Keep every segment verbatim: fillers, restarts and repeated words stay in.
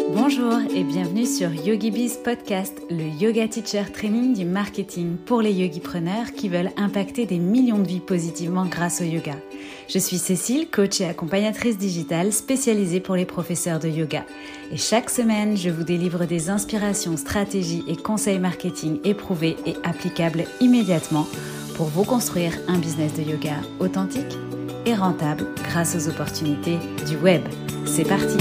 Bonjour et bienvenue sur YogiBiz Podcast, le yoga teacher training du marketing pour les yogipreneurs qui veulent impacter des millions de vies positivement grâce au yoga. Je suis Cécile, coach et accompagnatrice digitale spécialisée pour les professeurs de yoga. Et chaque semaine, je vous délivre des inspirations, stratégies et conseils marketing éprouvés et applicables immédiatement pour vous construire un business de yoga authentique et rentable grâce aux opportunités du web. C'est parti!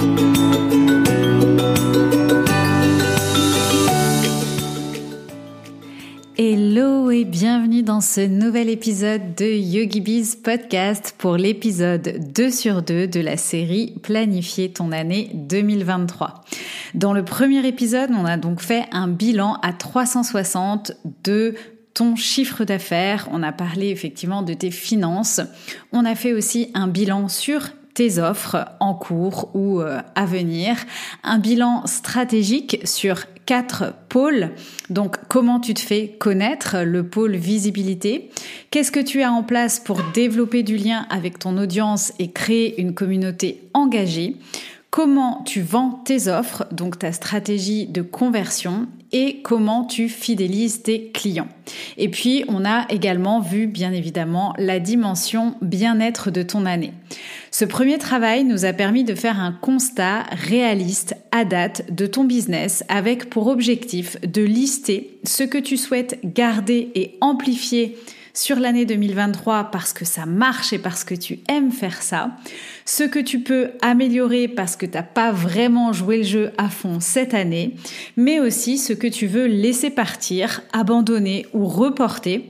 Hello et bienvenue dans ce nouvel épisode de YogiBiz Podcast pour l'épisode deux sur deux de la série Planifier ton année deux mille vingt-trois. Dans le premier épisode, on a donc fait un bilan à trois cent soixante de ton chiffre d'affaires. On a parlé effectivement de tes finances. On a fait aussi un bilan sur tes offres en cours ou euh, à venir, un bilan stratégique sur quatre pôles. Donc, comment tu te fais connaître, le pôle visibilité. Qu'est-ce que tu as en place pour développer du lien avec ton audience et créer une communauté engagée? Comment tu vends tes offres, donc ta stratégie de conversion, et comment tu fidélises tes clients. Et puis, on a également vu, bien évidemment, la dimension bien-être de ton année. Ce premier travail nous a permis de faire un constat réaliste à date de ton business avec pour objectif de lister ce que tu souhaites garder et amplifier sur l'année deux mille vingt-trois parce que ça marche et parce que tu aimes faire ça, ce que tu peux améliorer parce que tu n'as pas vraiment joué le jeu à fond cette année, mais aussi ce que tu veux laisser partir, abandonner ou reporter.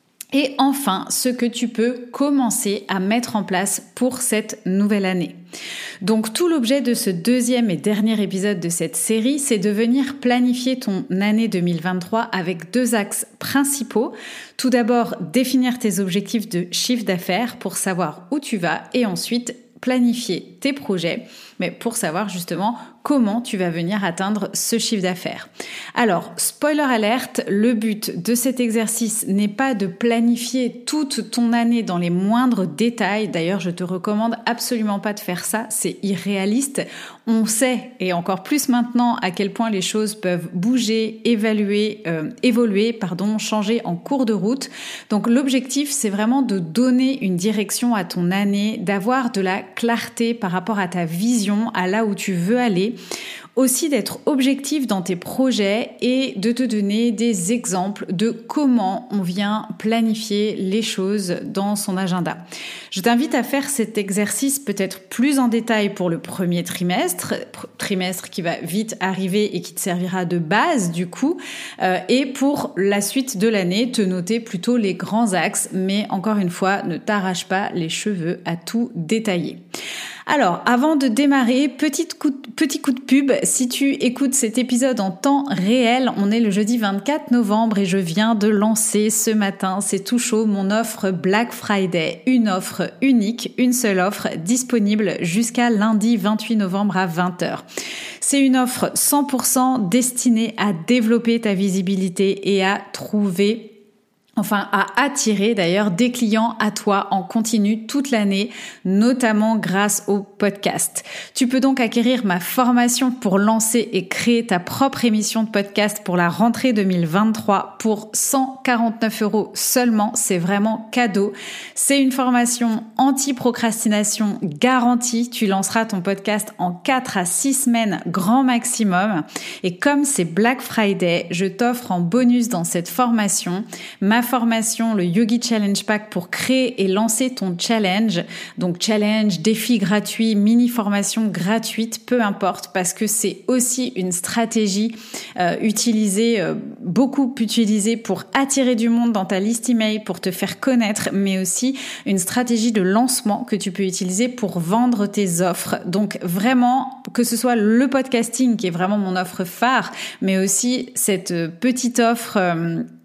Et enfin, ce que tu peux commencer à mettre en place pour cette nouvelle année. Donc, tout l'objet de ce deuxième et dernier épisode de cette série, c'est de venir planifier ton année deux mille vingt-trois avec deux axes principaux. Tout d'abord, définir tes objectifs de chiffre d'affaires pour savoir où tu vas et ensuite planifier tes projets, mais pour savoir justement comment tu vas venir atteindre ce chiffre d'affaires. Alors, spoiler alerte, le but de cet exercice n'est pas de planifier toute ton année dans les moindres détails. D'ailleurs, je te recommande absolument pas de faire ça, c'est irréaliste. On sait, et encore plus maintenant, à quel point les choses peuvent bouger, évaluer, euh, évoluer, pardon, changer en cours de route. Donc, l'objectif, c'est vraiment de donner une direction à ton année, d'avoir de la clarté par rapport à ta vision, à là où tu veux aller. Aussi d'être objectif dans tes projets et de te donner des exemples de comment on vient planifier les choses dans son agenda. Je t'invite à faire cet exercice peut-être plus en détail pour le premier trimestre, trimestre qui va vite arriver et qui te servira de base du coup, euh, et pour la suite de l'année, te noter plutôt les grands axes, mais encore une fois, ne t'arrache pas les cheveux à tout détailler. Alors, avant de démarrer, petit coup, de, petit coup de pub, si tu écoutes cet épisode en temps réel, on est le jeudi vingt-quatre novembre et je viens de lancer ce matin, c'est tout chaud, mon offre Black Friday, une offre unique, une seule offre disponible jusqu'à lundi vingt-huit novembre à vingt heures. C'est une offre cent pour cent destinée à développer ta visibilité et à trouver Enfin, à attirer d'ailleurs des clients à toi en continu toute l'année, notamment grâce au podcast. Tu peux donc acquérir ma formation pour lancer et créer ta propre émission de podcast pour la rentrée deux mille vingt-trois pour cent quarante-neuf euros seulement. C'est vraiment cadeau. C'est une formation anti-procrastination garantie. Tu lanceras ton podcast en quatre à six semaines grand maximum. Et comme c'est Black Friday, je t'offre en bonus dans cette formation ma formation, le Yogi Challenge Pack pour créer et lancer ton challenge. Donc challenge, défi gratuit, mini formation gratuite, peu importe, parce que c'est aussi une stratégie euh, utilisée, euh, beaucoup utilisée pour attirer du monde dans ta liste email, pour te faire connaître, mais aussi une stratégie de lancement que tu peux utiliser pour vendre tes offres. Donc vraiment, que ce soit le podcasting qui est vraiment mon offre phare, mais aussi cette petite offre euh,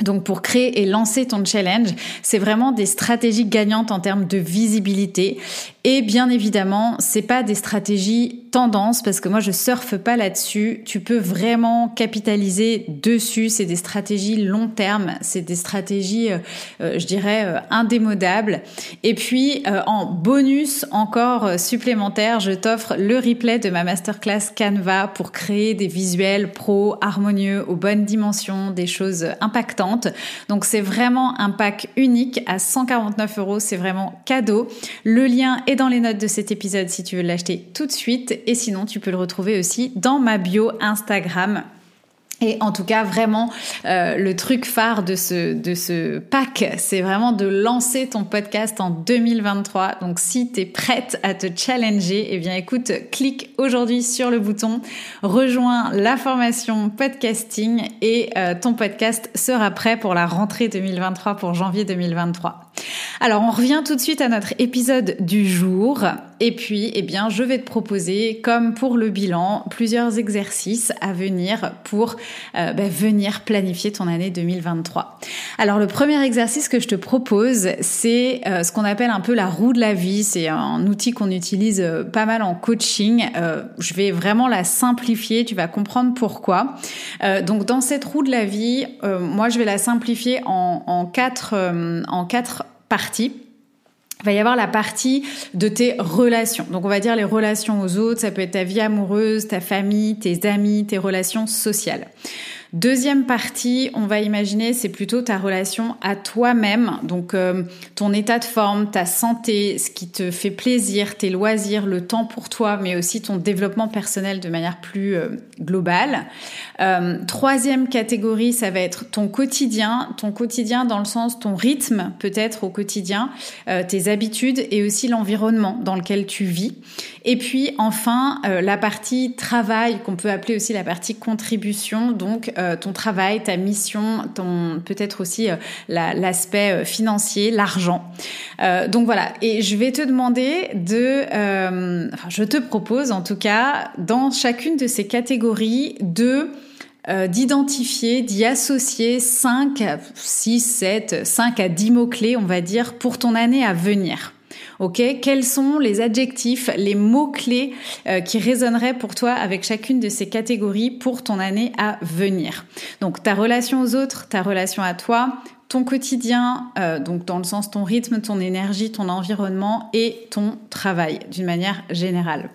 Donc pour créer et lancer ton challenge, c'est vraiment des stratégies gagnantes en termes de visibilité. Et bien évidemment, c'est pas des stratégies tendance parce que moi je surfe pas là-dessus. Tu peux vraiment capitaliser dessus. C'est des stratégies long terme, c'est des stratégies, euh, je dirais, euh, indémodables. Et puis euh, en bonus encore euh, supplémentaire, je t'offre le replay de ma masterclass Canva pour créer des visuels pro, harmonieux, aux bonnes dimensions, des choses impactantes. Donc c'est vraiment un pack unique à cent quarante-neuf euros. C'est vraiment cadeau. Le lien est dans les notes de cet épisode si tu veux l'acheter tout de suite. Et sinon, tu peux le retrouver aussi dans ma bio Instagram. Et en tout cas, vraiment, euh, le truc phare de ce de ce pack, c'est vraiment de lancer ton podcast en deux mille vingt-trois. Donc, si t'es prête à te challenger, eh bien, écoute, clique aujourd'hui sur le bouton, rejoins la formation podcasting et euh, ton podcast sera prêt pour la rentrée deux mille vingt-trois, pour janvier deux mille vingt-trois. Alors, on revient tout de suite à notre épisode du jour. Et puis, eh bien, je vais te proposer, comme pour le bilan, plusieurs exercices à venir pour euh, bah, venir planifier ton année deux mille vingt-trois. Alors, le premier exercice que je te propose, c'est euh, ce qu'on appelle un peu la roue de la vie. C'est un outil qu'on utilise euh, pas mal en coaching. Euh, je vais vraiment la simplifier. Tu vas comprendre pourquoi. Euh, donc, dans cette roue de la vie, euh, moi, je vais la simplifier en, en quatre, euh, en quatre parties. Il va y avoir la partie de tes relations. Donc, on va dire les relations aux autres. Ça peut être ta vie amoureuse, ta famille, tes amis, tes relations sociales. Deuxième partie, on va imaginer, c'est plutôt ta relation à toi-même. Donc, euh, ton état de forme, ta santé, ce qui te fait plaisir, tes loisirs, le temps pour toi, mais aussi ton développement personnel de manière plus euh, globale. Euh, troisième catégorie, ça va être ton quotidien. Ton quotidien dans le sens, ton rythme peut-être au quotidien, euh, tes habitudes et aussi l'environnement dans lequel tu vis. Et puis, enfin, euh, la partie travail, qu'on peut appeler aussi la partie contribution. Donc, euh, ton travail, ta mission, ton peut-être aussi euh, la, l'aspect euh, financier, l'argent. Euh, donc voilà. Et je vais te demander de, euh, enfin, je te propose en tout cas, dans chacune de ces catégories, de Euh, d'identifier, d'y associer cinq, six, sept, cinq à dix mots-clés, on va dire, pour ton année à venir. Ok, quels sont les adjectifs, les mots-clés euh, qui résonneraient pour toi avec chacune de ces catégories pour ton année à venir? Donc, ta relation aux autres, ta relation à toi, ton quotidien, euh, donc dans le sens ton rythme, ton énergie, ton environnement et ton travail d'une manière générale.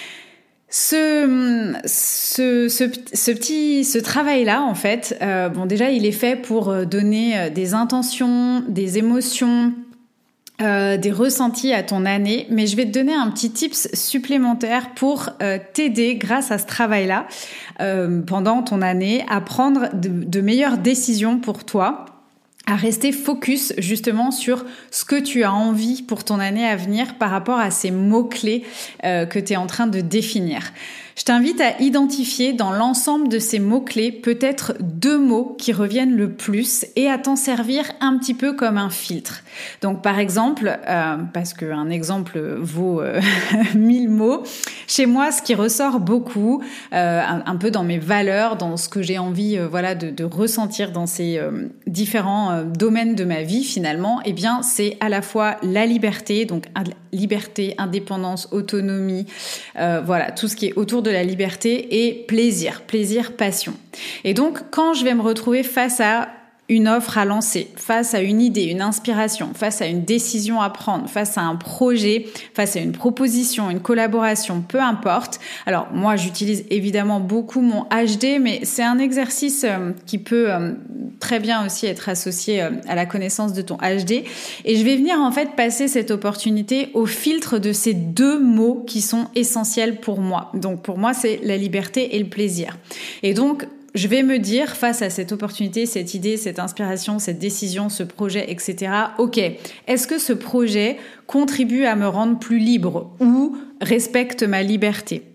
Ce, ce, ce, ce petit, ce travail-là, en fait, euh, bon, déjà, il est fait pour donner des intentions, des émotions, euh, des ressentis à ton année. Mais je vais te donner un petit tips supplémentaire pour euh, t'aider, grâce à ce travail-là, euh, pendant ton année, à prendre de, de meilleures décisions pour toi, à rester focus justement sur ce que tu as envie pour ton année à venir par rapport à ces mots-clés euh, que tu es en train de définir. Je t'invite à identifier dans l'ensemble de ces mots-clés peut-être deux mots qui reviennent le plus et à t'en servir un petit peu comme un filtre. Donc par exemple, euh, parce qu'un exemple vaut euh, mille mots, chez moi ce qui ressort beaucoup, euh, un, un peu dans mes valeurs, dans ce que j'ai envie euh, voilà, de, de ressentir dans ces euh, différents euh, domaines de ma vie finalement, eh bien c'est à la fois la liberté, donc liberté, indépendance, autonomie, euh, voilà, tout ce qui est autour de la liberté et plaisir, plaisir, passion. Et donc, quand je vais me retrouver face à une offre à lancer, face à une idée, une inspiration, face à une décision à prendre, face à un projet, face à une proposition, une collaboration, peu importe. Alors, moi, j'utilise évidemment beaucoup mon H D, mais c'est un exercice euh, qui peut euh, très bien aussi être associé euh, à la connaissance de ton H D. Et je vais venir en fait passer cette opportunité au filtre de ces deux mots qui sont essentiels pour moi. Donc, pour moi, c'est la liberté et le plaisir. Et donc, je vais me dire, face à cette opportunité, cette idée, cette inspiration, cette décision, ce projet, et cetera, ok, est-ce que ce projet contribue à me rendre plus libre ou respecte ma liberté ?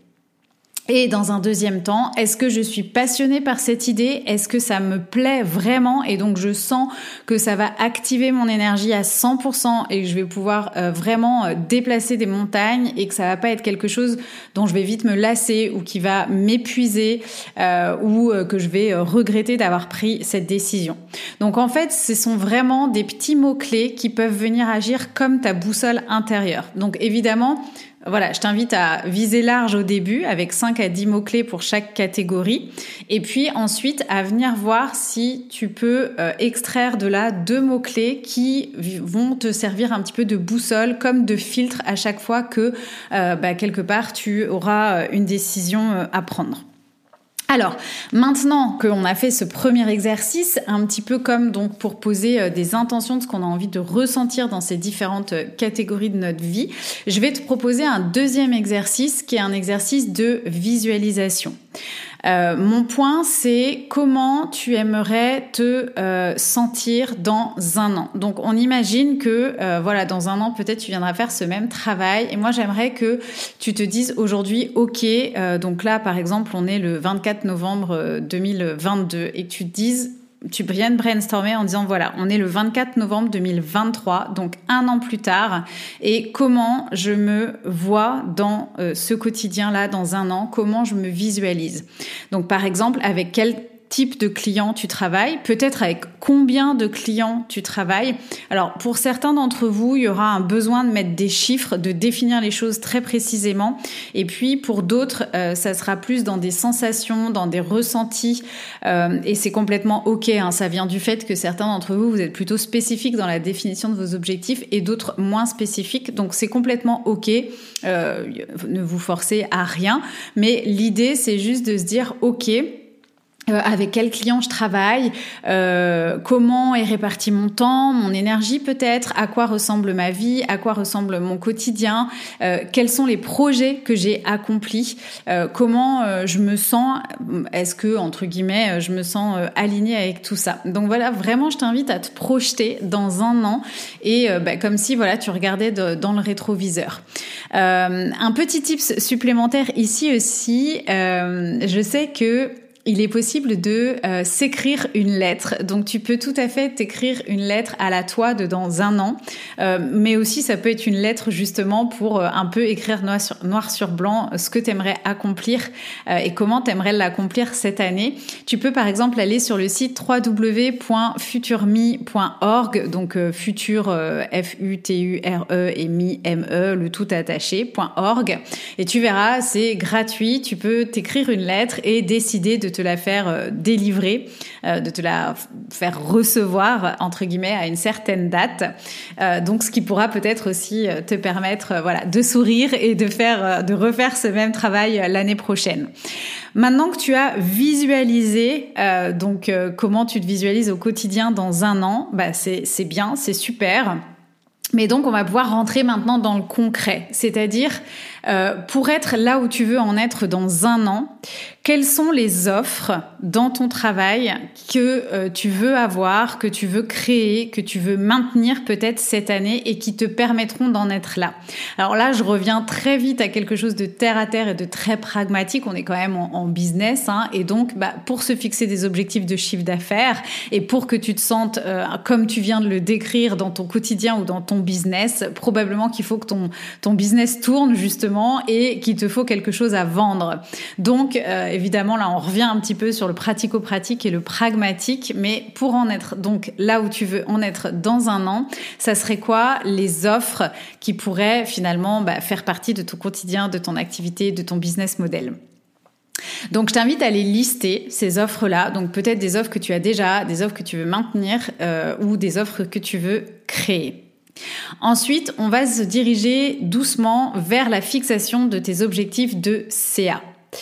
Et dans un deuxième temps, est-ce que je suis passionnée par cette idée? Est-ce que ça me plaît vraiment? Et donc, je sens que ça va activer mon énergie à cent pour cent et que je vais pouvoir euh, vraiment euh, déplacer des montagnes et que ça va pas être quelque chose dont je vais vite me lasser ou qui va m'épuiser euh, ou euh, que je vais euh, regretter d'avoir pris cette décision. Donc, en fait, ce sont vraiment des petits mots-clés qui peuvent venir agir comme ta boussole intérieure. Donc, évidemment, voilà, je t'invite à viser large au début avec cinq à dix mots-clés pour chaque catégorie. Et puis ensuite, à venir voir si tu peux euh, extraire de là deux mots-clés qui vont te servir un petit peu de boussole, comme de filtre à chaque fois que euh, bah, quelque part tu auras une décision à prendre. Alors, maintenant qu'on a fait ce premier exercice, un petit peu comme donc pour poser euh, des intentions de ce qu'on a envie de ressentir dans ces différentes euh, catégories de notre vie, je vais te proposer un deuxième exercice qui est un exercice de visualisation. Euh, mon point, c'est comment tu aimerais te euh, sentir dans un an. Donc, on imagine que, euh, voilà, dans un an, peut-être tu viendras faire ce même travail. Et moi, j'aimerais que tu te dises aujourd'hui, ok, euh, donc là, par exemple, on est le vingt-quatre novembre deux mille vingt-deux et que tu te dises, tu viennes brainstormer en disant voilà, on est le vingt-quatre novembre deux mille vingt-trois, donc un an plus tard, et comment je me vois dans euh, ce quotidien-là dans un an, comment je me visualise. Donc par exemple, avec quel type de client tu travailles, peut-être avec combien de clients tu travailles. Alors, pour certains d'entre vous, il y aura un besoin de mettre des chiffres, de définir les choses très précisément. Et puis, pour d'autres, euh, ça sera plus dans des sensations, dans des ressentis. Euh, et c'est complètement OK. Hein. Ça vient du fait que certains d'entre vous, vous êtes plutôt spécifiques dans la définition de vos objectifs et d'autres moins spécifiques. Donc, c'est complètement OK. Euh, ne vous forcez à rien. Mais l'idée, c'est juste de se dire OK, Euh, avec quel client je travaille, euh, comment est réparti mon temps, mon énergie peut-être, à quoi ressemble ma vie, à quoi ressemble mon quotidien, euh, quels sont les projets que j'ai accomplis, euh, comment euh, je me sens, est-ce que, entre guillemets, je me sens euh, alignée avec tout ça. Donc voilà, vraiment, je t'invite à te projeter dans un an et euh, bah, comme si voilà, tu regardais de, dans le rétroviseur. Euh, un petit tips supplémentaire ici aussi, euh, je sais que il est possible de euh, s'écrire une lettre. Donc, tu peux tout à fait t'écrire une lettre à la toi de dans un an. Euh, mais aussi, ça peut être une lettre justement pour euh, un peu écrire noir sur, noir sur blanc ce que tu aimerais accomplir euh, et comment tu aimerais l'accomplir cette année. Tu peux par exemple aller sur le site w w w point futurme point org, donc euh, futur euh, F U T U R E et mi M E, le tout attaché, .org. Et tu verras, c'est gratuit. Tu peux t'écrire une lettre et décider de te la faire euh, délivrer, euh, de te la f- faire recevoir, entre guillemets, à une certaine date. Euh, donc, ce qui pourra peut-être aussi euh, te permettre euh, voilà, de sourire et de, faire, euh, de refaire ce même travail euh, l'année prochaine. Maintenant que tu as visualisé euh, donc, euh, comment tu te visualises au quotidien dans un an, bah, c'est, c'est bien, c'est super. Mais donc, on va pouvoir rentrer maintenant dans le concret, c'est-à-dire euh, pour être là où tu veux en être dans un an, quelles sont les offres dans ton travail que euh, tu veux avoir, que tu veux créer, que tu veux maintenir peut-être cette année et qui te permettront d'en être là. Alors là, je reviens très vite à quelque chose de terre à terre et de très pragmatique. On est quand même en, en business, hein, et donc bah, pour se fixer des objectifs de chiffre d'affaires et pour que tu te sentes euh, comme tu viens de le décrire dans ton quotidien ou dans ton business, probablement qu'il faut que ton, ton business tourne justement et qu'il te faut quelque chose à vendre. Donc euh, évidemment là on revient un petit peu sur le pratico-pratique et le pragmatique, mais pour en être donc là où tu veux en être dans un an, ça serait quoi les offres qui pourraient finalement bah, faire partie de ton quotidien, de ton activité, de ton business model? Donc, je t'invite à les lister, ces offres-là. Donc, peut-être des offres que tu as déjà, des offres que tu veux maintenir euh, ou des offres que tu veux créer. Ensuite, on va se diriger doucement vers la fixation de tes objectifs de C A.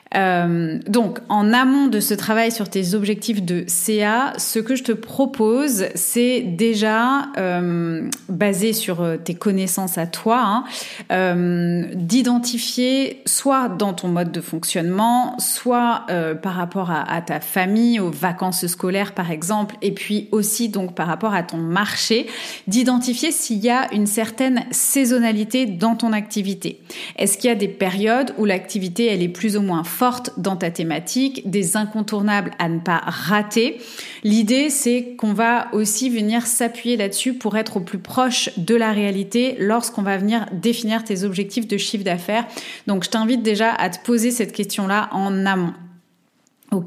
Euh, donc, en amont de ce travail sur tes objectifs de C A, ce que je te propose, c'est déjà, euh, basé sur tes connaissances à toi, hein, euh, d'identifier soit dans ton mode de fonctionnement, soit euh, par rapport à, à ta famille, aux vacances scolaires par exemple, et puis aussi donc par rapport à ton marché, d'identifier s'il y a une certaine saisonnalité dans ton activité. Est-ce qu'il y a des périodes où l'activité elle est plus ou moins forte dans ta thématique, des incontournables à ne pas rater. L'idée, c'est qu'on va aussi venir s'appuyer là-dessus pour être au plus proche de la réalité lorsqu'on va venir définir tes objectifs de chiffre d'affaires. Donc, je t'invite déjà à te poser cette question-là en amont. Ok ?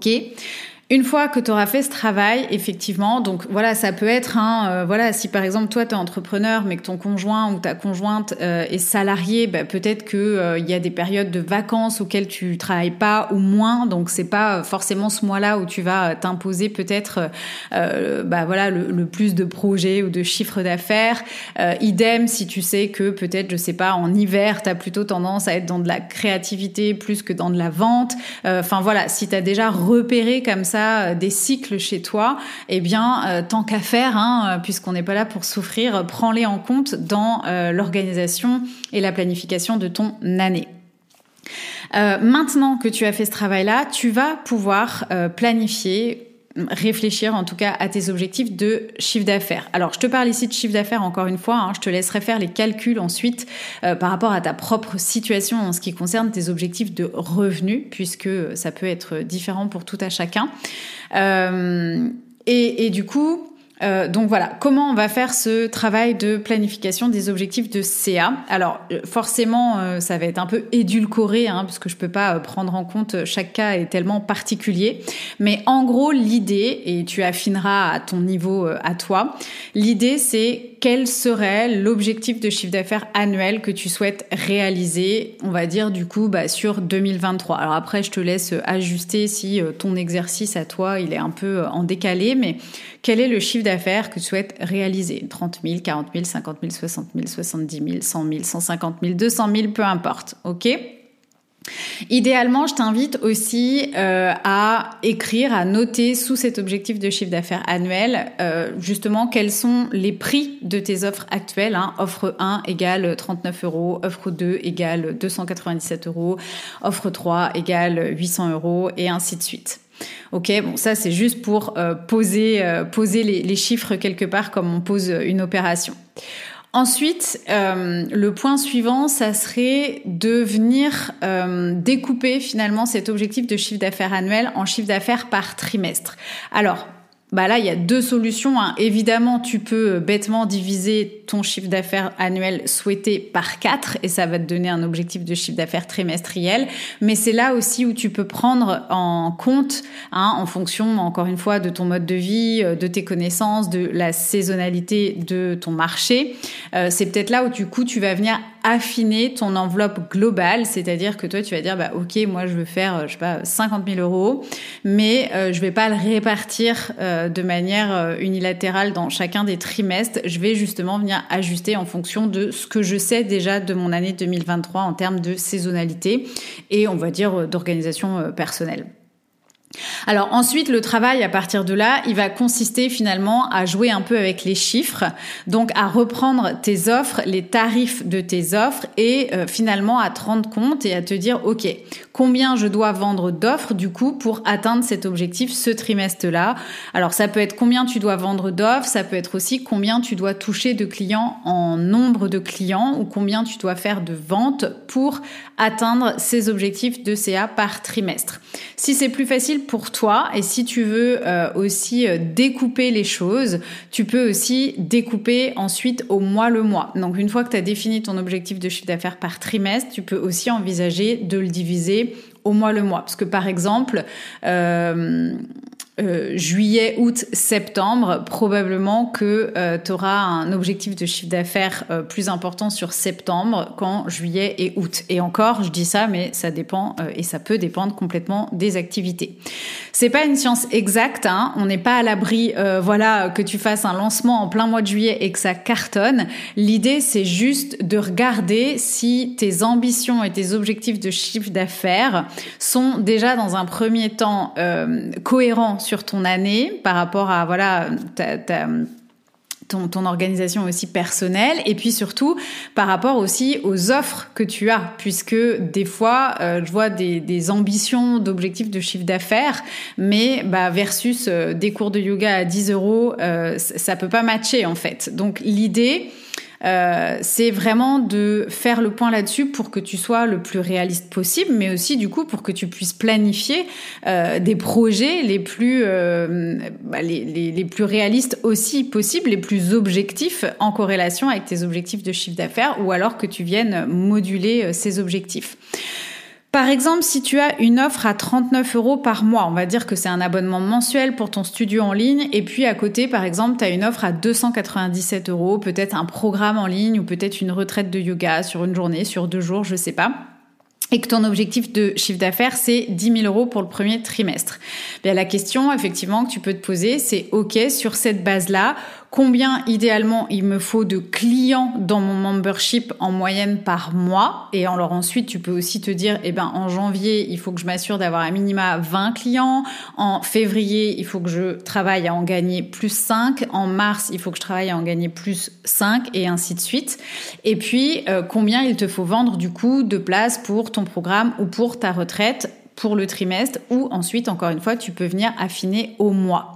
Une fois que tu auras fait ce travail, effectivement, donc voilà, ça peut être, hein, euh, voilà, si par exemple toi tu es entrepreneur, mais que ton conjoint ou ta conjointe euh, est salarié, bah, peut-être que euh, il y a des périodes de vacances auxquelles tu travailles pas ou moins, donc c'est pas forcément ce mois-là où tu vas t'imposer peut-être, euh, bah voilà, le, le plus de projets ou de chiffres d'affaires. Euh, idem si tu sais que peut-être, je sais pas, en hiver, tu as plutôt tendance à être dans de la créativité plus que dans de la vente. Enfin euh, voilà, si tu as déjà repéré comme ça des cycles chez toi, eh bien, euh, tant qu'à faire, hein, puisqu'on n'est pas là pour souffrir, prends-les en compte dans euh, l'organisation et la planification de ton année. Euh, maintenant que tu as fait ce travail-là, tu vas pouvoir euh, planifier, réfléchir en tout cas à tes objectifs de chiffre d'affaires. Alors, je te parle ici de chiffre d'affaires encore une fois, hein, je te laisserai faire les calculs ensuite euh, par rapport à ta propre situation en ce qui concerne tes objectifs de revenus, puisque ça peut être différent pour tout à chacun. Euh, et, et du coup, Euh, donc voilà, comment on va faire ce travail de planification des objectifs de C A ? Alors forcément, euh, ça va être un peu édulcoré, hein, parce que je peux pas euh, prendre en compte, chaque cas est tellement particulier. Mais en gros, l'idée, et tu affineras à ton niveau euh, à toi, l'idée c'est quel serait l'objectif de chiffre d'affaires annuel que tu souhaites réaliser, on va dire du coup bah, sur deux mille vingt-trois. Alors après, je te laisse ajuster si euh, ton exercice à toi, il est un peu euh, en décalé, mais quel est le chiffre d'affaires que tu souhaites réaliser ? trente mille, quarante mille, cinquante mille, soixante mille, soixante-dix mille, cent mille, cent cinquante mille, deux cent mille, peu importe, ok ? Idéalement, je t'invite aussi euh, à écrire, à noter sous cet objectif de chiffre d'affaires annuel, euh, justement, quels sont les prix de tes offres actuelles. Hein. Offre un égale trente-neuf euros, offre deux égale deux cent quatre-vingt-dix-sept euros, offre trois égale huit cents euros, et ainsi de suite. Ok, bon, ça c'est juste pour euh, poser, euh, poser les, les chiffres quelque part comme on pose une opération. Ensuite, euh, le point suivant, ça serait de venir euh, découper finalement cet objectif de chiffre d'affaires annuel en chiffre d'affaires par trimestre. Alors, bah là, il y a deux solutions. Hein. Évidemment, tu peux bêtement diviser ton chiffre d'affaires annuel souhaité par quatre et ça va te donner un objectif de chiffre d'affaires trimestriel. Mais c'est là aussi où tu peux prendre en compte, hein, en fonction, encore une fois, de ton mode de vie, de tes connaissances, de la saisonnalité de ton marché. Euh, c'est peut-être là où, du coup, tu vas venir affiner ton enveloppe globale, c'est-à-dire que toi, tu vas dire, bah, ok, moi, je veux faire, je sais pas, cinquante mille euros, mais euh, je vais pas le répartir euh, de manière unilatérale dans chacun des trimestres. Je vais justement venir ajuster en fonction de ce que je sais déjà de mon année deux mille vingt-trois en termes de saisonnalité et on va dire d'organisation personnelle. Alors ensuite, le travail à partir de là, il va consister finalement à jouer un peu avec les chiffres, donc à reprendre tes offres, les tarifs de tes offres et euh, finalement à te rendre compte et à te dire, ok, combien je dois vendre d'offres du coup pour atteindre cet objectif ce trimestre-là. Alors ça peut être combien tu dois vendre d'offres, ça peut être aussi combien tu dois toucher de clients en nombre de clients ou combien tu dois faire de ventes pour atteindre ces objectifs de C A par trimestre. Si c'est plus facile pour toi et si tu veux euh, aussi euh, découper les choses, tu peux aussi découper ensuite au mois le mois. Donc une fois que tu as défini ton objectif de chiffre d'affaires par trimestre, tu peux aussi envisager de le diviser au mois le mois. Parce que par exemple, euh, Euh, juillet, août, septembre, probablement que euh, tu auras un objectif de chiffre d'affaires euh, plus important sur septembre qu'en juillet et août. Et encore, je dis ça, mais ça dépend euh, et ça peut dépendre complètement des activités. C'est pas une science exacte, hein. On n'est pas à l'abri, euh, voilà, que tu fasses un lancement en plein mois de juillet et que ça cartonne. L'idée, c'est juste de regarder si tes ambitions et tes objectifs de chiffre d'affaires sont déjà dans un premier temps euh, cohérents sur ton année par rapport à voilà ta, ta, ton, ton organisation aussi personnelle et puis surtout par rapport aussi aux offres que tu as puisque des fois euh, je vois des, des ambitions d'objectifs de chiffre d'affaires mais bah, versus euh, des cours de yoga à dix euros euh, ça peut pas matcher en fait. Donc l'idée Euh, c'est vraiment de faire le point là-dessus pour que tu sois le plus réaliste possible, mais aussi du coup pour que tu puisses planifier euh, des projets les plus euh, bah, les, les, les plus réalistes aussi possibles, les plus objectifs en corrélation avec tes objectifs de chiffre d'affaires, ou alors que tu viennes moduler euh, ces objectifs. Par exemple, si tu as une offre à trente-neuf euros par mois, on va dire que c'est un abonnement mensuel pour ton studio en ligne, et puis à côté, par exemple, tu as une offre à deux cent quatre-vingt-dix-sept euros, peut-être un programme en ligne ou peut-être une retraite de yoga sur une journée, sur deux jours, je sais pas. Et que ton objectif de chiffre d'affaires, c'est dix mille euros pour le premier trimestre. Bien, la question, effectivement, que tu peux te poser, c'est OK, sur cette base-là, combien idéalement il me faut de clients dans mon membership en moyenne par mois? Et alors ensuite, tu peux aussi te dire, eh ben, en janvier, il faut que je m'assure d'avoir un minima vingt clients. En février, il faut que je travaille à en gagner plus cinq. En mars, il faut que je travaille à en gagner plus cinq et ainsi de suite. Et puis, euh, combien il te faut vendre du coup de places pour ton programme ou pour ta retraite pour le trimestre, ou ensuite, encore une fois, tu peux venir affiner au mois.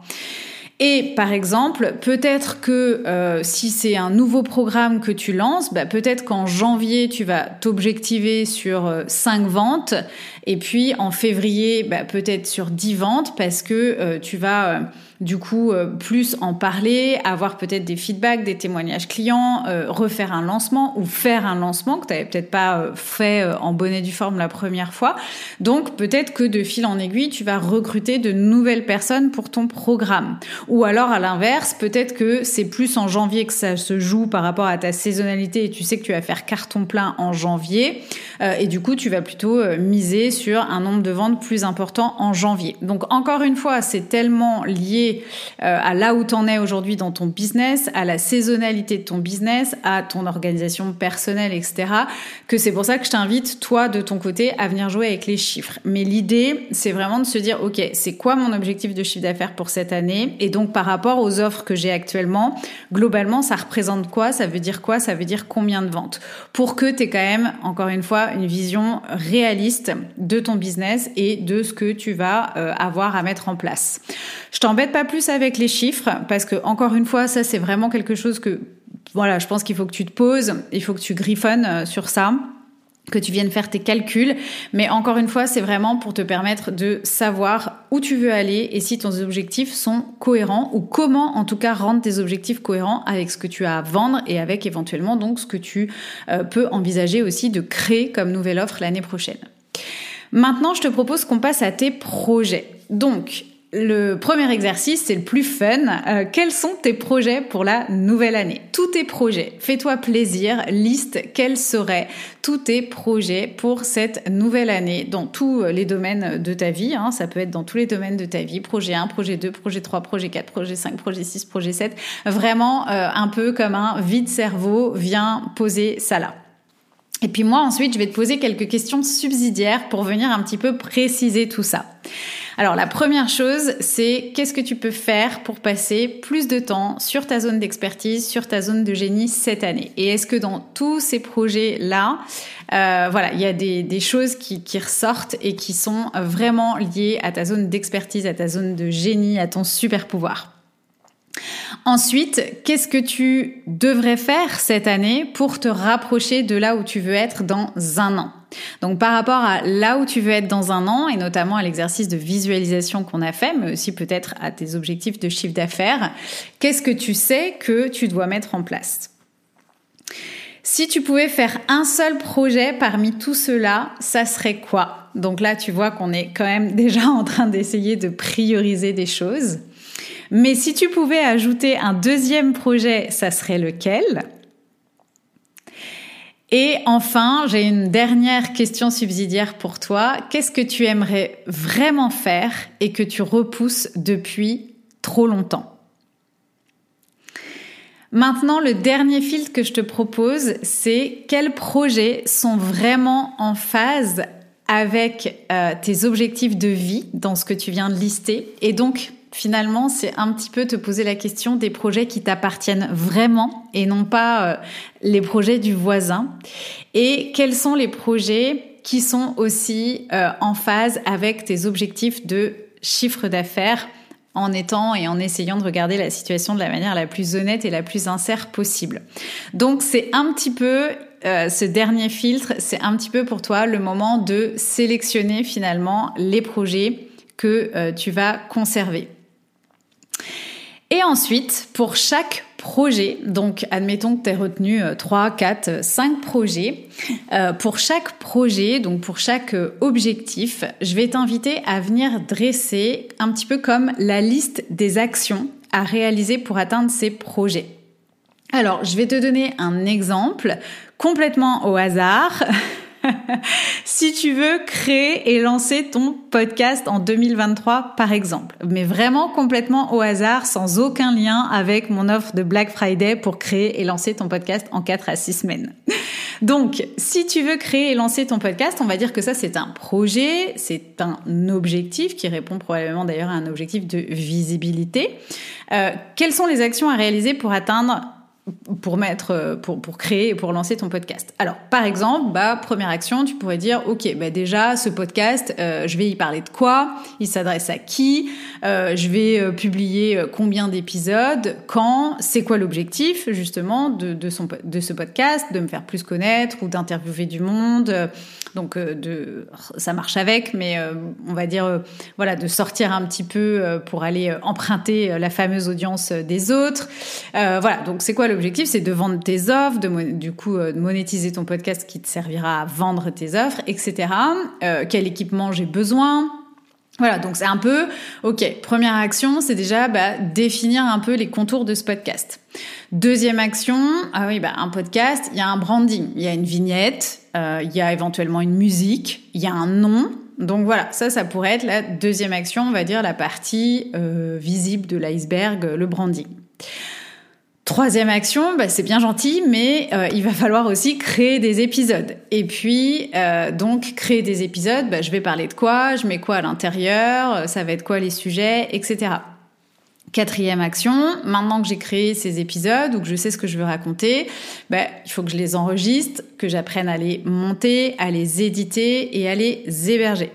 Et par exemple, peut-être que euh, si c'est un nouveau programme que tu lances, bah, peut-être qu'en janvier, tu vas t'objectiver sur euh, cinq ventes et puis en février, bah, peut-être sur dix ventes parce que euh, tu vas euh, du coup euh, plus en parler, avoir peut-être des feedbacks, des témoignages clients, euh, refaire un lancement ou faire un lancement que tu n'avais peut-être pas euh, fait euh, en bonne et due forme la première fois. Donc peut-être que de fil en aiguille, tu vas recruter de nouvelles personnes pour ton programme. Ou alors, à l'inverse, peut-être que c'est plus en janvier que ça se joue par rapport à ta saisonnalité et tu sais que tu vas faire carton plein en janvier. Euh, et du coup, tu vas plutôt euh, miser sur un nombre de ventes plus important en janvier. Donc, encore une fois, c'est tellement lié euh, à là où tu en es aujourd'hui dans ton business, à la saisonnalité de ton business, à ton organisation personnelle, et cetera, que c'est pour ça que je t'invite, toi, de ton côté, à venir jouer avec les chiffres. Mais l'idée, c'est vraiment de se dire, OK, c'est quoi mon objectif de chiffre d'affaires pour cette année? Et donc, par rapport aux offres que j'ai actuellement, globalement, ça représente quoi? Ça veut dire quoi? Ça veut dire combien de ventes? Pour que tu aies quand même, encore une fois, une vision réaliste de ton business et de ce que tu vas euh, avoir à mettre en place. Je t'embête pas plus avec les chiffres parce que, encore une fois, ça, c'est vraiment quelque chose que, voilà, je pense qu'il faut que tu te poses, il faut que tu griffonnes sur ça, que tu viennes faire tes calculs, mais encore une fois, c'est vraiment pour te permettre de savoir où tu veux aller et si tes objectifs sont cohérents ou comment, en tout cas, rendre tes objectifs cohérents avec ce que tu as à vendre et avec éventuellement donc ce que tu euh, peux envisager aussi de créer comme nouvelle offre l'année prochaine. Maintenant, je te propose qu'on passe à tes projets. Donc, le premier exercice, c'est le plus fun. Euh, quels sont tes projets pour la nouvelle année? Tous tes projets. Fais-toi plaisir. Liste quels seraient tous tes projets pour cette nouvelle année dans tous les domaines de ta vie. Hein. Ça peut être dans tous les domaines de ta vie. Projet un, projet deux, projet trois, projet quatre, projet cinq, projet six, projet sept. Vraiment euh, un peu comme un vide-cerveau. Viens poser ça là. Et puis moi, ensuite, je vais te poser quelques questions subsidiaires pour venir un petit peu préciser tout ça. Alors, la première chose, c'est qu'est-ce que tu peux faire pour passer plus de temps sur ta zone d'expertise, sur ta zone de génie cette année? Et est-ce que dans tous ces projets-là, euh, voilà, il y a des, des choses qui, qui ressortent et qui sont vraiment liées à ta zone d'expertise, à ta zone de génie, à ton super pouvoir? Ensuite, qu'est-ce que tu devrais faire cette année pour te rapprocher de là où tu veux être dans un an? Donc, par rapport à là où tu veux être dans un an, et notamment à l'exercice de visualisation qu'on a fait, mais aussi peut-être à tes objectifs de chiffre d'affaires, qu'est-ce que tu sais que tu dois mettre en place? Si tu pouvais faire un seul projet parmi tout cela, ça serait quoi? Donc là, tu vois qu'on est quand même déjà en train d'essayer de prioriser des choses. Mais si tu pouvais ajouter un deuxième projet, ça serait lequel ? Et enfin, j'ai une dernière question subsidiaire pour toi. Qu'est-ce que tu aimerais vraiment faire et que tu repousses depuis trop longtemps ? Maintenant, le dernier filtre que je te propose, c'est quels projets sont vraiment en phase avec euh, tes objectifs de vie dans ce que tu viens de lister. Et donc, finalement, c'est un petit peu te poser la question des projets qui t'appartiennent vraiment et non pas euh, les projets du voisin. Et quels sont les projets qui sont aussi euh, en phase avec tes objectifs de chiffre d'affaires, en étant et en essayant de regarder la situation de la manière la plus honnête et la plus sincère possible. Donc, c'est un petit peu, euh, ce dernier filtre, c'est un petit peu pour toi le moment de sélectionner finalement les projets que euh, tu vas conserver. Et ensuite, pour chaque projet, donc admettons que tu aies retenu trois, quatre, cinq projets, euh, pour chaque projet, donc pour chaque objectif, je vais t'inviter à venir dresser un petit peu comme la liste des actions à réaliser pour atteindre ces projets. Alors, je vais te donner un exemple complètement au hasard. Si tu veux créer et lancer ton podcast en deux mille vingt-trois, par exemple, mais vraiment complètement au hasard, sans aucun lien avec mon offre de Black Friday pour créer et lancer ton podcast en quatre à six semaines. Donc, si tu veux créer et lancer ton podcast, on va dire que ça, c'est un projet, c'est un objectif qui répond probablement d'ailleurs à un objectif de visibilité. Euh, quelles sont les actions à réaliser pour atteindre pour mettre, pour, pour créer et pour lancer ton podcast. Alors, par exemple, bah, première action, tu pourrais dire, ok, bah, déjà, ce podcast, euh, je vais y parler de quoi? Il s'adresse à qui? Euh, je vais euh, publier combien d'épisodes? Quand? C'est quoi l'objectif, justement, de, de son, de ce podcast? De me faire plus connaître ou d'interviewer du monde? Donc, euh, de, ça marche avec, mais euh, on va dire, euh, voilà, de sortir un petit peu euh, pour aller euh, emprunter euh, la fameuse audience des autres. Euh, voilà. Donc, c'est quoi l'objectif? C'est de vendre tes offres, de, du coup, euh, de monétiser ton podcast qui te servira à vendre tes offres, et cetera. Euh, quel équipement j'ai besoin? Voilà, donc c'est un peu, ok, première action, c'est déjà bah, définir un peu les contours de ce podcast. Deuxième action, ah oui, bah, un podcast, il y a un branding, il y a une vignette, euh, il y a éventuellement une musique, il y a un nom. Donc voilà, ça, ça pourrait être la deuxième action, on va dire la partie euh, visible de l'iceberg, le branding. Troisième action, bah, c'est bien gentil, mais euh, il va falloir aussi créer des épisodes. Et puis, euh, donc, créer des épisodes, bah, je vais parler de quoi? Je mets quoi à l'intérieur? Ça va être quoi les sujets, et cetera. Quatrième action, maintenant que j'ai créé ces épisodes ou que je sais ce que je veux raconter, bah, il faut que je les enregistre, que j'apprenne à les monter, à les éditer et à les héberger.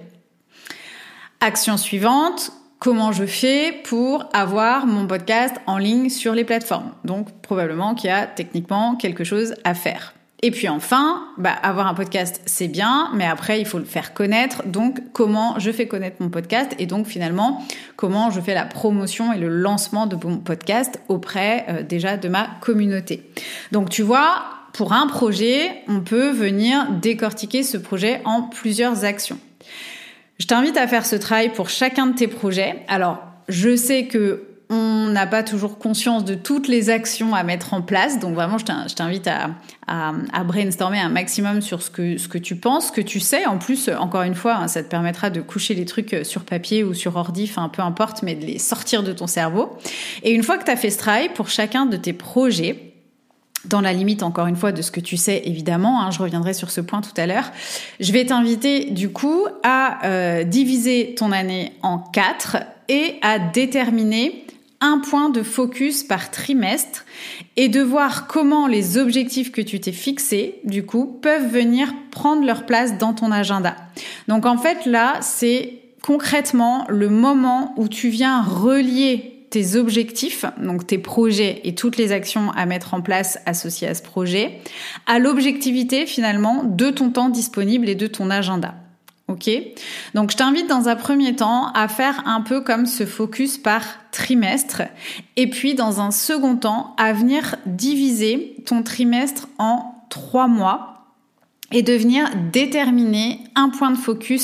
Action suivante, comment je fais pour avoir mon podcast en ligne sur les plateformes? Donc, probablement qu'il y a techniquement quelque chose à faire. Et puis enfin, bah, avoir un podcast, c'est bien, mais après, il faut le faire connaître. Donc, comment je fais connaître mon podcast? Et donc, finalement, comment je fais la promotion et le lancement de mon podcast auprès euh, déjà de ma communauté. Donc, tu vois, pour un projet, on peut venir décortiquer ce projet en plusieurs actions. Je t'invite à faire ce travail pour chacun de tes projets. Alors, je sais que on n'a pas toujours conscience de toutes les actions à mettre en place. Donc vraiment, je t'invite à, à, à brainstormer un maximum sur ce que, ce que tu penses, ce que tu sais. En plus, encore une fois, ça te permettra de coucher les trucs sur papier ou sur ordi, enfin peu importe, mais de les sortir de ton cerveau. Et une fois que tu as fait ce travail pour chacun de tes projets, dans la limite, encore une fois, de ce que tu sais, évidemment, hein, je reviendrai sur ce point tout à l'heure, je vais t'inviter, du coup, à euh, diviser ton année en quatre et à déterminer un point de focus par trimestre et de voir comment les objectifs que tu t'es fixés, du coup, peuvent venir prendre leur place dans ton agenda. Donc, en fait, là, c'est concrètement le moment où tu viens relier tes objectifs, donc tes projets et toutes les actions à mettre en place associées à ce projet, à l'objectivité finalement de ton temps disponible et de ton agenda. Ok ? Donc je t'invite dans un premier temps à faire un peu comme ce focus par trimestre et puis dans un second temps à venir diviser ton trimestre en trois mois et de venir déterminer un point de focus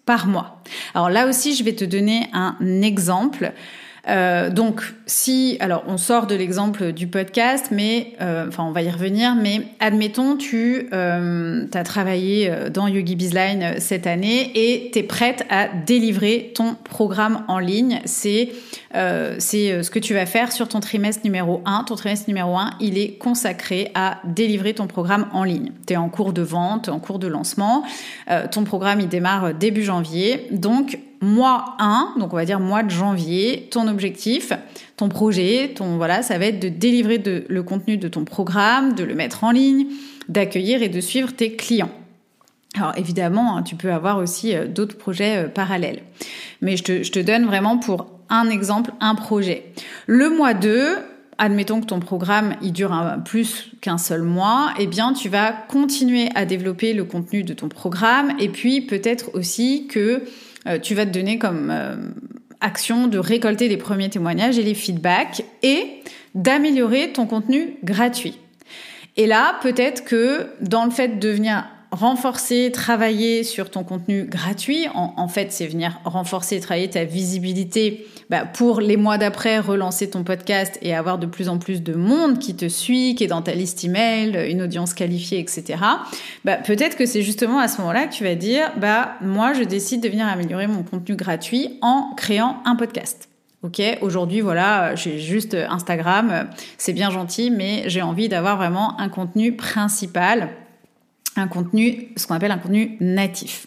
par mois. Alors là aussi, je vais te donner un exemple. Euh, donc, si, alors on sort de l'exemple du podcast, mais euh, enfin on va y revenir. Mais admettons, tu euh, as travaillé dans Yogi Bizline cette année et t'es prête à délivrer ton programme en ligne. C'est euh, c'est ce que tu vas faire sur ton trimestre numéro un. Ton trimestre numéro un, il est consacré à délivrer ton programme en ligne. T'es en cours de vente, en cours de lancement. Euh, ton programme, il démarre début janvier. Donc mois un, donc on va dire mois de janvier, ton objectif, ton projet, ton voilà, ça va être de délivrer de, le contenu de ton programme, de le mettre en ligne, d'accueillir et de suivre tes clients. Alors évidemment, hein, tu peux avoir aussi euh, d'autres projets euh, parallèles. Mais je te, je te donne vraiment pour un exemple, un projet. Le mois deux, admettons que ton programme il dure un, plus qu'un seul mois, eh bien tu vas continuer à développer le contenu de ton programme et puis peut-être aussi que Euh, tu vas te donner comme euh, action de récolter les premiers témoignages et les feedbacks et d'améliorer ton contenu gratuit. Et là, peut-être que dans le fait de venir renforcer, travailler sur ton contenu gratuit, en, en fait, c'est venir renforcer, travailler ta visibilité bah, pour les mois d'après, relancer ton podcast et avoir de plus en plus de monde qui te suit, qui est dans ta liste email, une audience qualifiée, et cetera. Bah, peut-être que c'est justement à ce moment-là que tu vas dire, bah, moi, je décide de venir améliorer mon contenu gratuit en créant un podcast. Ok, aujourd'hui, voilà, j'ai juste Instagram, c'est bien gentil, mais j'ai envie d'avoir vraiment un contenu principal, un contenu, ce qu'on appelle un contenu natif.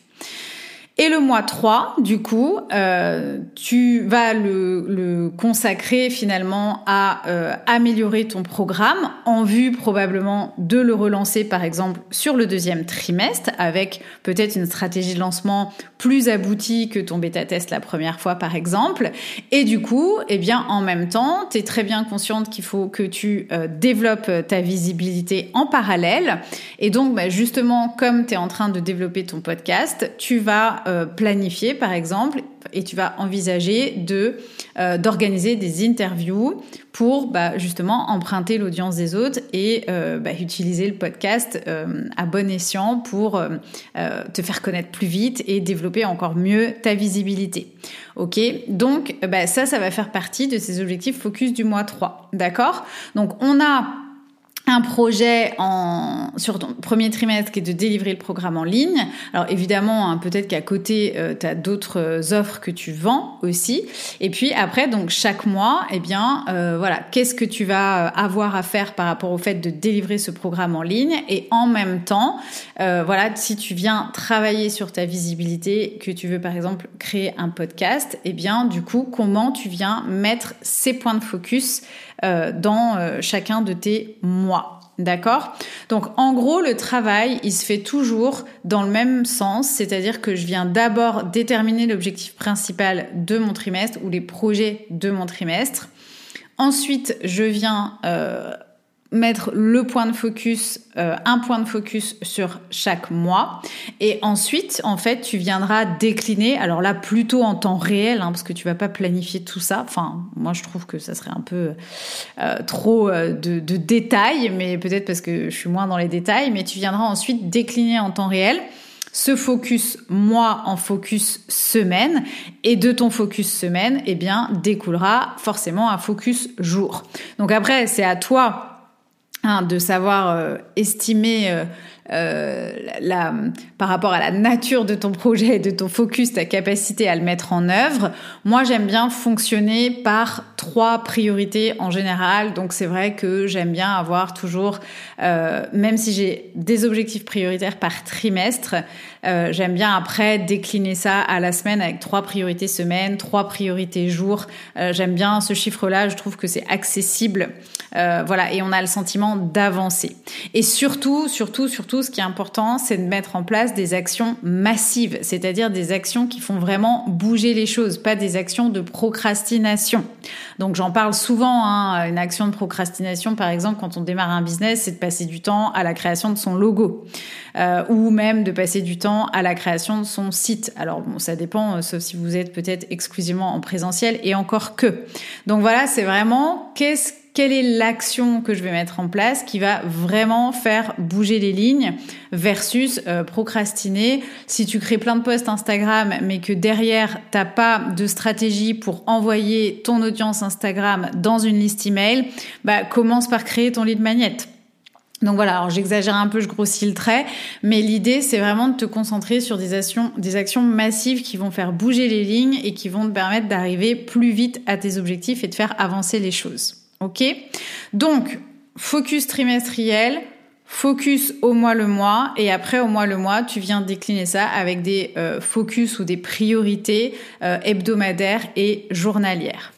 Et le mois trois, du coup, euh, tu vas le, le consacrer finalement à euh, améliorer ton programme en vue probablement de le relancer par exemple sur le deuxième trimestre avec peut-être une stratégie de lancement plus aboutie que ton bêta-test la première fois par exemple. Et du coup, eh bien en même temps, tu es très bien consciente qu'il faut que tu euh, développes ta visibilité en parallèle. Et donc, bah, justement, comme tu es en train de développer ton podcast, tu vas Euh, planifier par exemple et tu vas envisager de euh, d'organiser des interviews pour bah, justement emprunter l'audience des autres et euh, bah, utiliser le podcast euh, à bon escient pour euh, euh, te faire connaître plus vite et développer encore mieux ta visibilité. Ok, donc bah, ça, ça va faire partie de ces objectifs focus du mois trois. D'accord ? Donc on a un projet en, sur ton premier trimestre qui est de délivrer le programme en ligne. Alors évidemment, hein, peut-être qu'à côté, euh, tu as d'autres euh, offres que tu vends aussi. Et puis après, donc chaque mois, eh bien, euh, voilà, qu'est-ce que tu vas avoir à faire par rapport au fait de délivrer ce programme en ligne. Et en même temps, euh, voilà, si tu viens travailler sur ta visibilité, que tu veux par exemple créer un podcast, eh bien, du coup, comment tu viens mettre ces points de focus euh, dans euh, chacun de tes mois. D'accord ? Donc, en gros, le travail, il se fait toujours dans le même sens, c'est-à-dire que je viens d'abord déterminer l'objectif principal de mon trimestre ou les projets de mon trimestre. Ensuite, je viens euh, mettre le point de focus, euh, un point de focus sur chaque mois. Et ensuite, en fait, tu viendras décliner, alors là, plutôt en temps réel, hein, parce que tu vas pas planifier tout ça. Enfin, moi, je trouve que ça serait un peu euh, trop euh, de, de détails, mais peut-être parce que je suis moins dans les détails, mais tu viendras ensuite décliner en temps réel ce focus mois en focus semaine, et de ton focus semaine, eh bien, découlera forcément un focus jour. Donc après, c'est à toi Hein, de savoir euh, estimer euh, euh, la, par rapport à la nature de ton projet et de ton focus, ta capacité à le mettre en œuvre. Moi, j'aime bien fonctionner par trois priorités en général. Donc, c'est vrai que j'aime bien avoir toujours, euh, même si j'ai des objectifs prioritaires par trimestre, euh, j'aime bien après décliner ça à la semaine avec trois priorités semaine, trois priorités jour. Euh, j'aime bien ce chiffre-là. Je trouve que c'est accessible. Euh, voilà, et on a le sentiment d'avancer. Et surtout, surtout, surtout, ce qui est important, c'est de mettre en place des actions massives, c'est-à-dire des actions qui font vraiment bouger les choses, pas des actions de procrastination. Donc, j'en parle souvent, hein, une action de procrastination, par exemple, quand on démarre un business, c'est de passer du temps à la création de son logo, euh, ou même de passer du temps à la création de son site. Alors, bon, ça dépend, euh, sauf si vous êtes peut-être exclusivement en présentiel, et encore que. Donc voilà, c'est vraiment qu'est-ce quelle est l'action que je vais mettre en place qui va vraiment faire bouger les lignes versus euh, procrastiner. Si tu crées plein de posts Instagram, mais que derrière, t'as pas de stratégie pour envoyer ton audience Instagram dans une liste email, bah, commence par créer ton lead magnet. Donc voilà, alors j'exagère un peu, je grossis le trait, mais l'idée, c'est vraiment de te concentrer sur des actions, des actions massives qui vont faire bouger les lignes et qui vont te permettre d'arriver plus vite à tes objectifs et de faire avancer les choses. Ok ? Donc, focus trimestriel, focus au mois le mois, et après au mois le mois, tu viens décliner ça avec des euh, focus ou des priorités euh, hebdomadaires et journalières.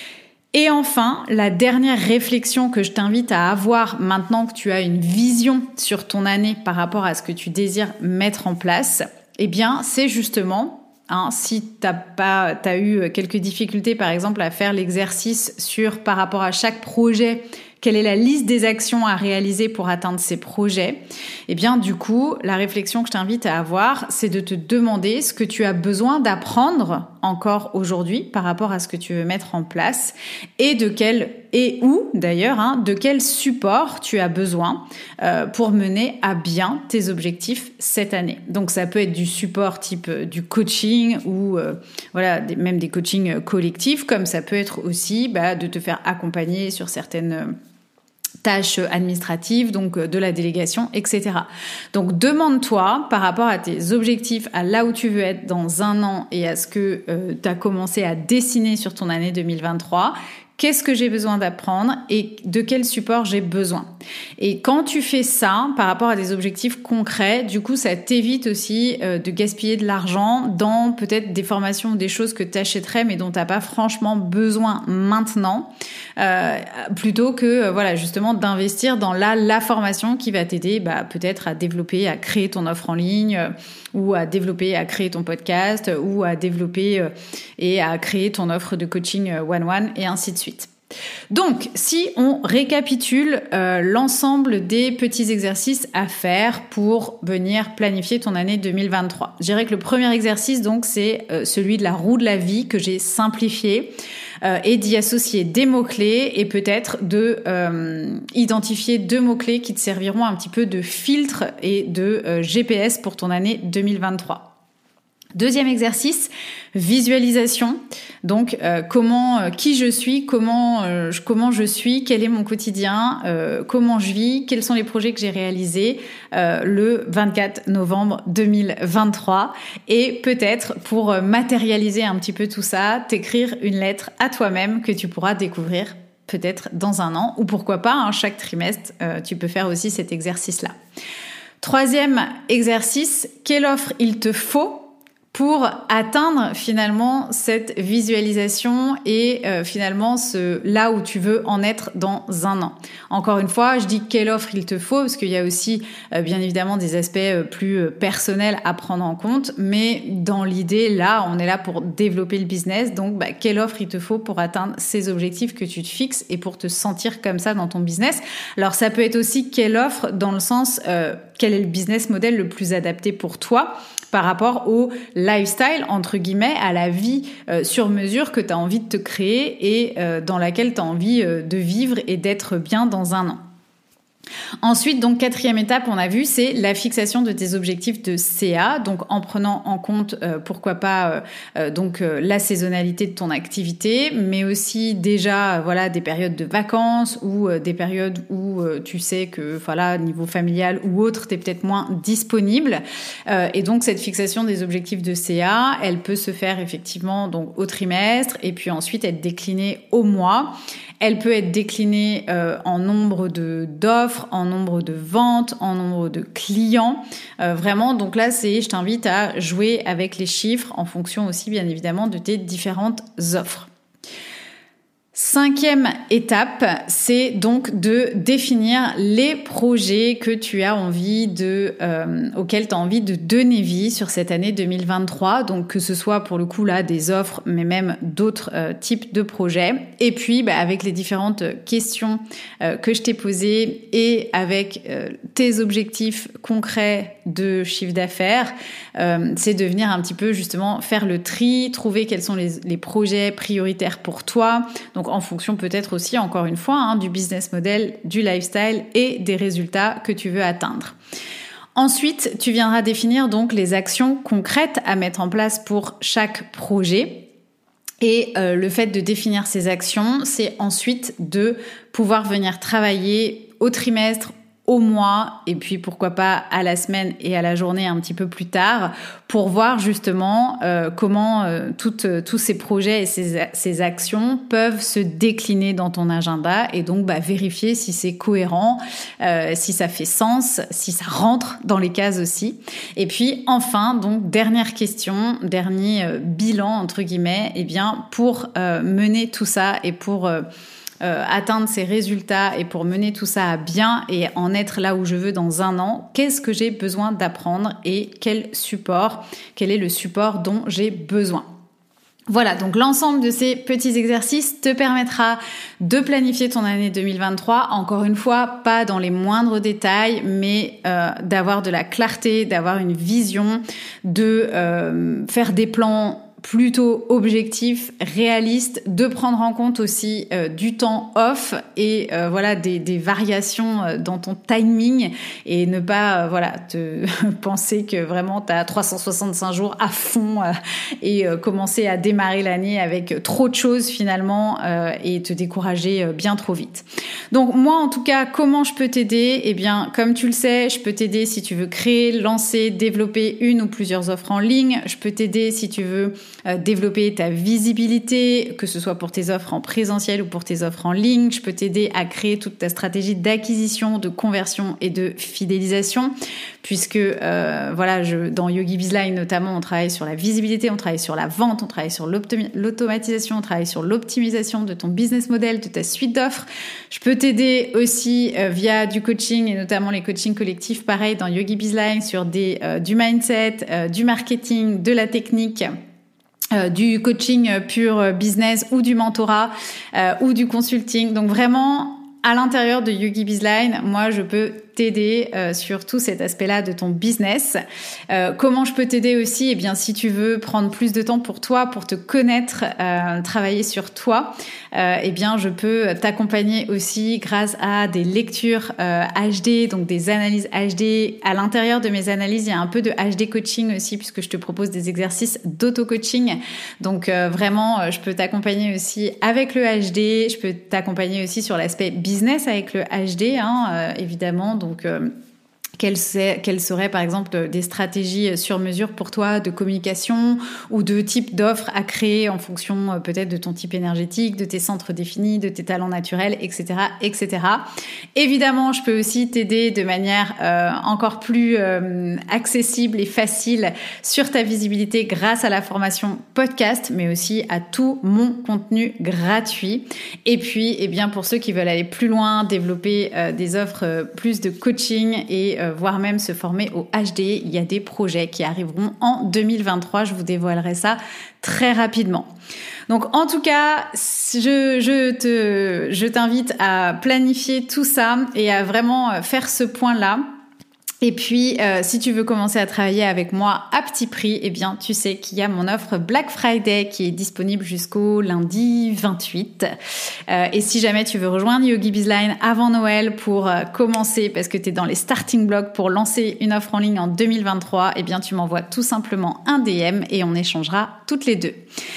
Et enfin, la dernière réflexion que je t'invite à avoir maintenant que tu as une vision sur ton année par rapport à ce que tu désires mettre en place, eh bien, c'est justement... Hein, si t'as pas, t'as eu quelques difficultés, par exemple, à faire l'exercice sur par rapport à chaque projet, quelle est la liste des actions à réaliser pour atteindre ces projets, eh bien, du coup, la réflexion que je t'invite à avoir, c'est de te demander ce que tu as besoin d'apprendre encore aujourd'hui par rapport à ce que tu veux mettre en place et de quel et où d'ailleurs, hein, de quel support tu as besoin euh, pour mener à bien tes objectifs cette année. Donc ça peut être du support type euh, du coaching ou euh, voilà des, même des coachings collectifs, comme ça peut être aussi bah, de te faire accompagner sur certaines euh, tâches administratives, donc de la délégation, et cetera. Donc demande-toi par rapport à tes objectifs, à là où tu veux être dans un an et à ce que euh, tu as commencé à dessiner sur ton année deux mille vingt-trois, qu'est-ce que j'ai besoin d'apprendre et de quel support j'ai besoin. Et quand tu fais ça par rapport à des objectifs concrets, du coup, ça t'évite aussi euh, de gaspiller de l'argent dans peut-être des formations ou des choses que tu achèterais mais dont tu n'as pas franchement besoin maintenant, euh, plutôt que euh, voilà justement d'investir dans la, la formation qui va t'aider bah, peut-être à développer, à créer ton offre en ligne euh, ou à développer, à créer ton podcast ou à développer euh, et à créer ton offre de coaching euh, one-one et ainsi de suite. Donc, si on récapitule euh, l'ensemble des petits exercices à faire pour venir planifier ton année deux mille vingt-trois. Je dirais que le premier exercice, donc, c'est euh, celui de la roue de la vie que j'ai simplifié euh, et d'y associer des mots-clés et peut-être de euh, identifier deux mots-clés qui te serviront un petit peu de filtre et de euh, G P S pour ton année deux mille vingt-trois. Deuxième exercice, visualisation. Donc, euh, comment, euh, qui je suis, comment, euh, je, comment je suis, quel est mon quotidien, euh, comment je vis, quels sont les projets que j'ai réalisés euh, le vingt-quatre novembre deux mille vingt-trois. Et peut-être, pour matérialiser un petit peu tout ça, t'écrire une lettre à toi-même que tu pourras découvrir peut-être dans un an. Ou pourquoi pas, hein, chaque trimestre, euh, tu peux faire aussi cet exercice-là. Troisième exercice, quelle offre il te faut pour atteindre finalement cette visualisation et euh, finalement ce là où tu veux en être dans un an. Encore une fois, je dis quelle offre il te faut parce qu'il y a aussi euh, bien évidemment des aspects euh, plus euh, personnels à prendre en compte, mais dans l'idée là, on est là pour développer le business, donc bah, quelle offre il te faut pour atteindre ces objectifs que tu te fixes et pour te sentir comme ça dans ton business. Alors ça peut être aussi quelle offre dans le sens euh, quel est le business model le plus adapté pour toi par rapport au lifestyle, entre guillemets, à la vie euh, sur mesure que tu as envie de te créer et euh, dans laquelle tu as envie euh, de vivre et d'être bien dans un an. Ensuite, donc quatrième étape, on a vu, c'est la fixation de tes objectifs de C A, donc en prenant en compte euh, pourquoi pas euh, euh, donc euh, la saisonnalité de ton activité, mais aussi déjà euh, voilà des périodes de vacances ou euh, des périodes où euh, tu sais que voilà niveau familial ou autre, t'es peut-être moins disponible euh, et donc cette fixation des objectifs de C A, elle peut se faire effectivement donc au trimestre et puis ensuite être déclinée au mois. Elle peut être déclinée euh, en nombre de d'offres, en nombre de ventes, en nombre de clients. Euh, vraiment, donc là, c'est, je t'invite à jouer avec les chiffres en fonction aussi, bien évidemment, de tes différentes offres. Cinquième étape, c'est donc de définir les projets que tu as envie de, euh, auxquels tu as envie de donner vie sur cette année deux mille vingt-trois. Donc que ce soit pour le coup là des offres, mais même d'autres euh, types de projets. Et puis bah, avec les différentes questions euh, que je t'ai posées et avec euh, tes objectifs concrets de chiffre d'affaires, euh, c'est de venir un petit peu justement faire le tri, trouver quels sont les, les projets prioritaires pour toi. Donc en fonction peut-être aussi, encore une fois, hein, du business model, du lifestyle et des résultats que tu veux atteindre. Ensuite, tu viendras définir donc les actions concrètes à mettre en place pour chaque projet. Et euh, le fait de définir ces actions, c'est ensuite de pouvoir venir travailler au trimestre, au mois, et puis pourquoi pas à la semaine et à la journée un petit peu plus tard, pour voir justement euh, comment euh, toutes, euh, tous ces projets et ces, ces actions peuvent se décliner dans ton agenda, et donc bah, vérifier si c'est cohérent, euh, si ça fait sens, si ça rentre dans les cases aussi. Et puis enfin, donc dernière question, dernier euh, bilan entre guillemets, eh bien pour euh, mener tout ça et pour euh, Euh, atteindre ces résultats et pour mener tout ça à bien et en être là où je veux dans un an, qu'est-ce que j'ai besoin d'apprendre et quel support, quel est le support dont j'ai besoin. Voilà, donc l'ensemble de ces petits exercices te permettra de planifier ton année deux mille vingt-trois, encore une fois, pas dans les moindres détails, mais euh, d'avoir de la clarté, d'avoir une vision, de euh, faire des plans plutôt objectif, réaliste, de prendre en compte aussi euh, du temps off et euh, voilà des, des variations euh, dans ton timing et ne pas euh, voilà te penser que vraiment tu as trois cent soixante-cinq jours à fond euh, et euh, commencer à démarrer l'année avec trop de choses finalement euh, et te décourager euh, bien trop vite. Donc moi en tout cas, comment je peux t'aider ? Eh bien, comme tu le sais, je peux t'aider si tu veux créer, lancer, développer une ou plusieurs offres en ligne. Je peux t'aider si tu veux Euh, développer ta visibilité, que ce soit pour tes offres en présentiel ou pour tes offres en ligne. Je peux t'aider à créer toute ta stratégie d'acquisition, de conversion et de fidélisation, puisque euh, voilà, je, dans Yogi Bizline notamment, on travaille sur la visibilité, on travaille sur la vente, on travaille sur l'automatisation, on travaille sur l'optimisation de ton business model, de ta suite d'offres. Je peux t'aider aussi euh, via du coaching et notamment les coachings collectifs, pareil dans Yogi Bizline, sur des, euh, du mindset, euh, du marketing, de la technique. Euh, du coaching pur business ou du mentorat euh, ou du consulting. Donc vraiment, à l'intérieur de Yogi Bizline, moi, je peux t'aider euh, sur tout cet aspect-là de ton business. Euh, comment je peux t'aider aussi ? Eh bien, si tu veux prendre plus de temps pour toi, pour te connaître, euh, travailler sur toi, euh, eh bien, je peux t'accompagner aussi grâce à des lectures euh, H D, donc des analyses H D. À l'intérieur de mes analyses, il y a un peu de H D coaching aussi, puisque je te propose des exercices d'auto-coaching. Donc, euh, vraiment, je peux t'accompagner aussi avec le H D. Je peux t'accompagner aussi sur l'aspect business avec le H D, hein, euh, évidemment. Donc, Donc, euh, quelles, quelles seraient par exemple des stratégies sur mesure pour toi de communication ou de type d'offres à créer en fonction euh, peut-être de ton type énergétique, de tes centres définis, de tes talents naturels, et cetera, et cetera. Évidemment, je peux aussi t'aider de manière euh, encore plus euh, accessible et facile sur ta visibilité grâce à la formation podcast, mais aussi à tout mon contenu gratuit. Et puis, eh bien, pour ceux qui veulent aller plus loin, développer euh, des offres euh, plus de coaching et euh, voire même se former au H D, il y a des projets qui arriveront en deux mille vingt-trois. Je vous dévoilerai ça très rapidement. Donc en tout cas, je, je te, je t'invite à planifier tout ça et à vraiment faire ce point-là. Et puis, euh, si tu veux commencer à travailler avec moi à petit prix, eh bien, tu sais qu'il y a mon offre Black Friday qui est disponible jusqu'au lundi vingt-huit. Euh, et si jamais tu veux rejoindre Yogi Bizline avant Noël pour euh, commencer, parce que tu es dans les starting blocks pour lancer une offre en ligne en deux mille vingt-trois, eh bien, tu m'envoies tout simplement un D M et on échangera toutes les deux.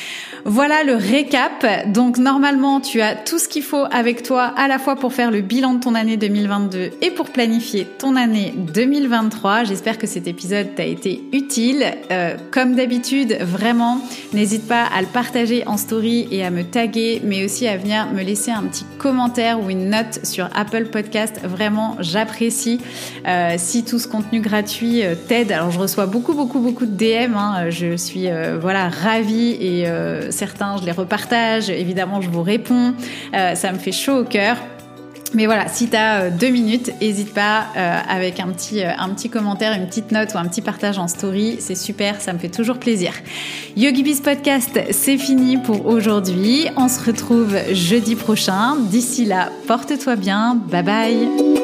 Voilà le récap. Donc normalement, tu as tout ce qu'il faut avec toi à la fois pour faire le bilan de ton année deux mille vingt-deux et pour planifier ton année deux mille vingt-trois. J'espère que cet épisode t'a été utile. Euh, comme d'habitude, vraiment, n'hésite pas à le partager en story et à me taguer, mais aussi à venir me laisser un petit commentaire ou une note sur Apple Podcast. Vraiment, j'apprécie euh, si tout ce contenu gratuit euh, t'aide. Alors, je reçois beaucoup, beaucoup, beaucoup de D M. Hein. Je suis euh, voilà ravie et euh, certains, je les repartage. Évidemment, je vous réponds. Euh, ça me fait chaud au cœur. Mais voilà, si tu as euh, deux minutes, n'hésite pas euh, avec un petit, euh, un petit commentaire, une petite note ou un petit partage en story. C'est super, ça me fait toujours plaisir. Yogi Biz Podcast, c'est fini pour aujourd'hui. On se retrouve jeudi prochain. D'ici là, porte-toi bien. Bye bye.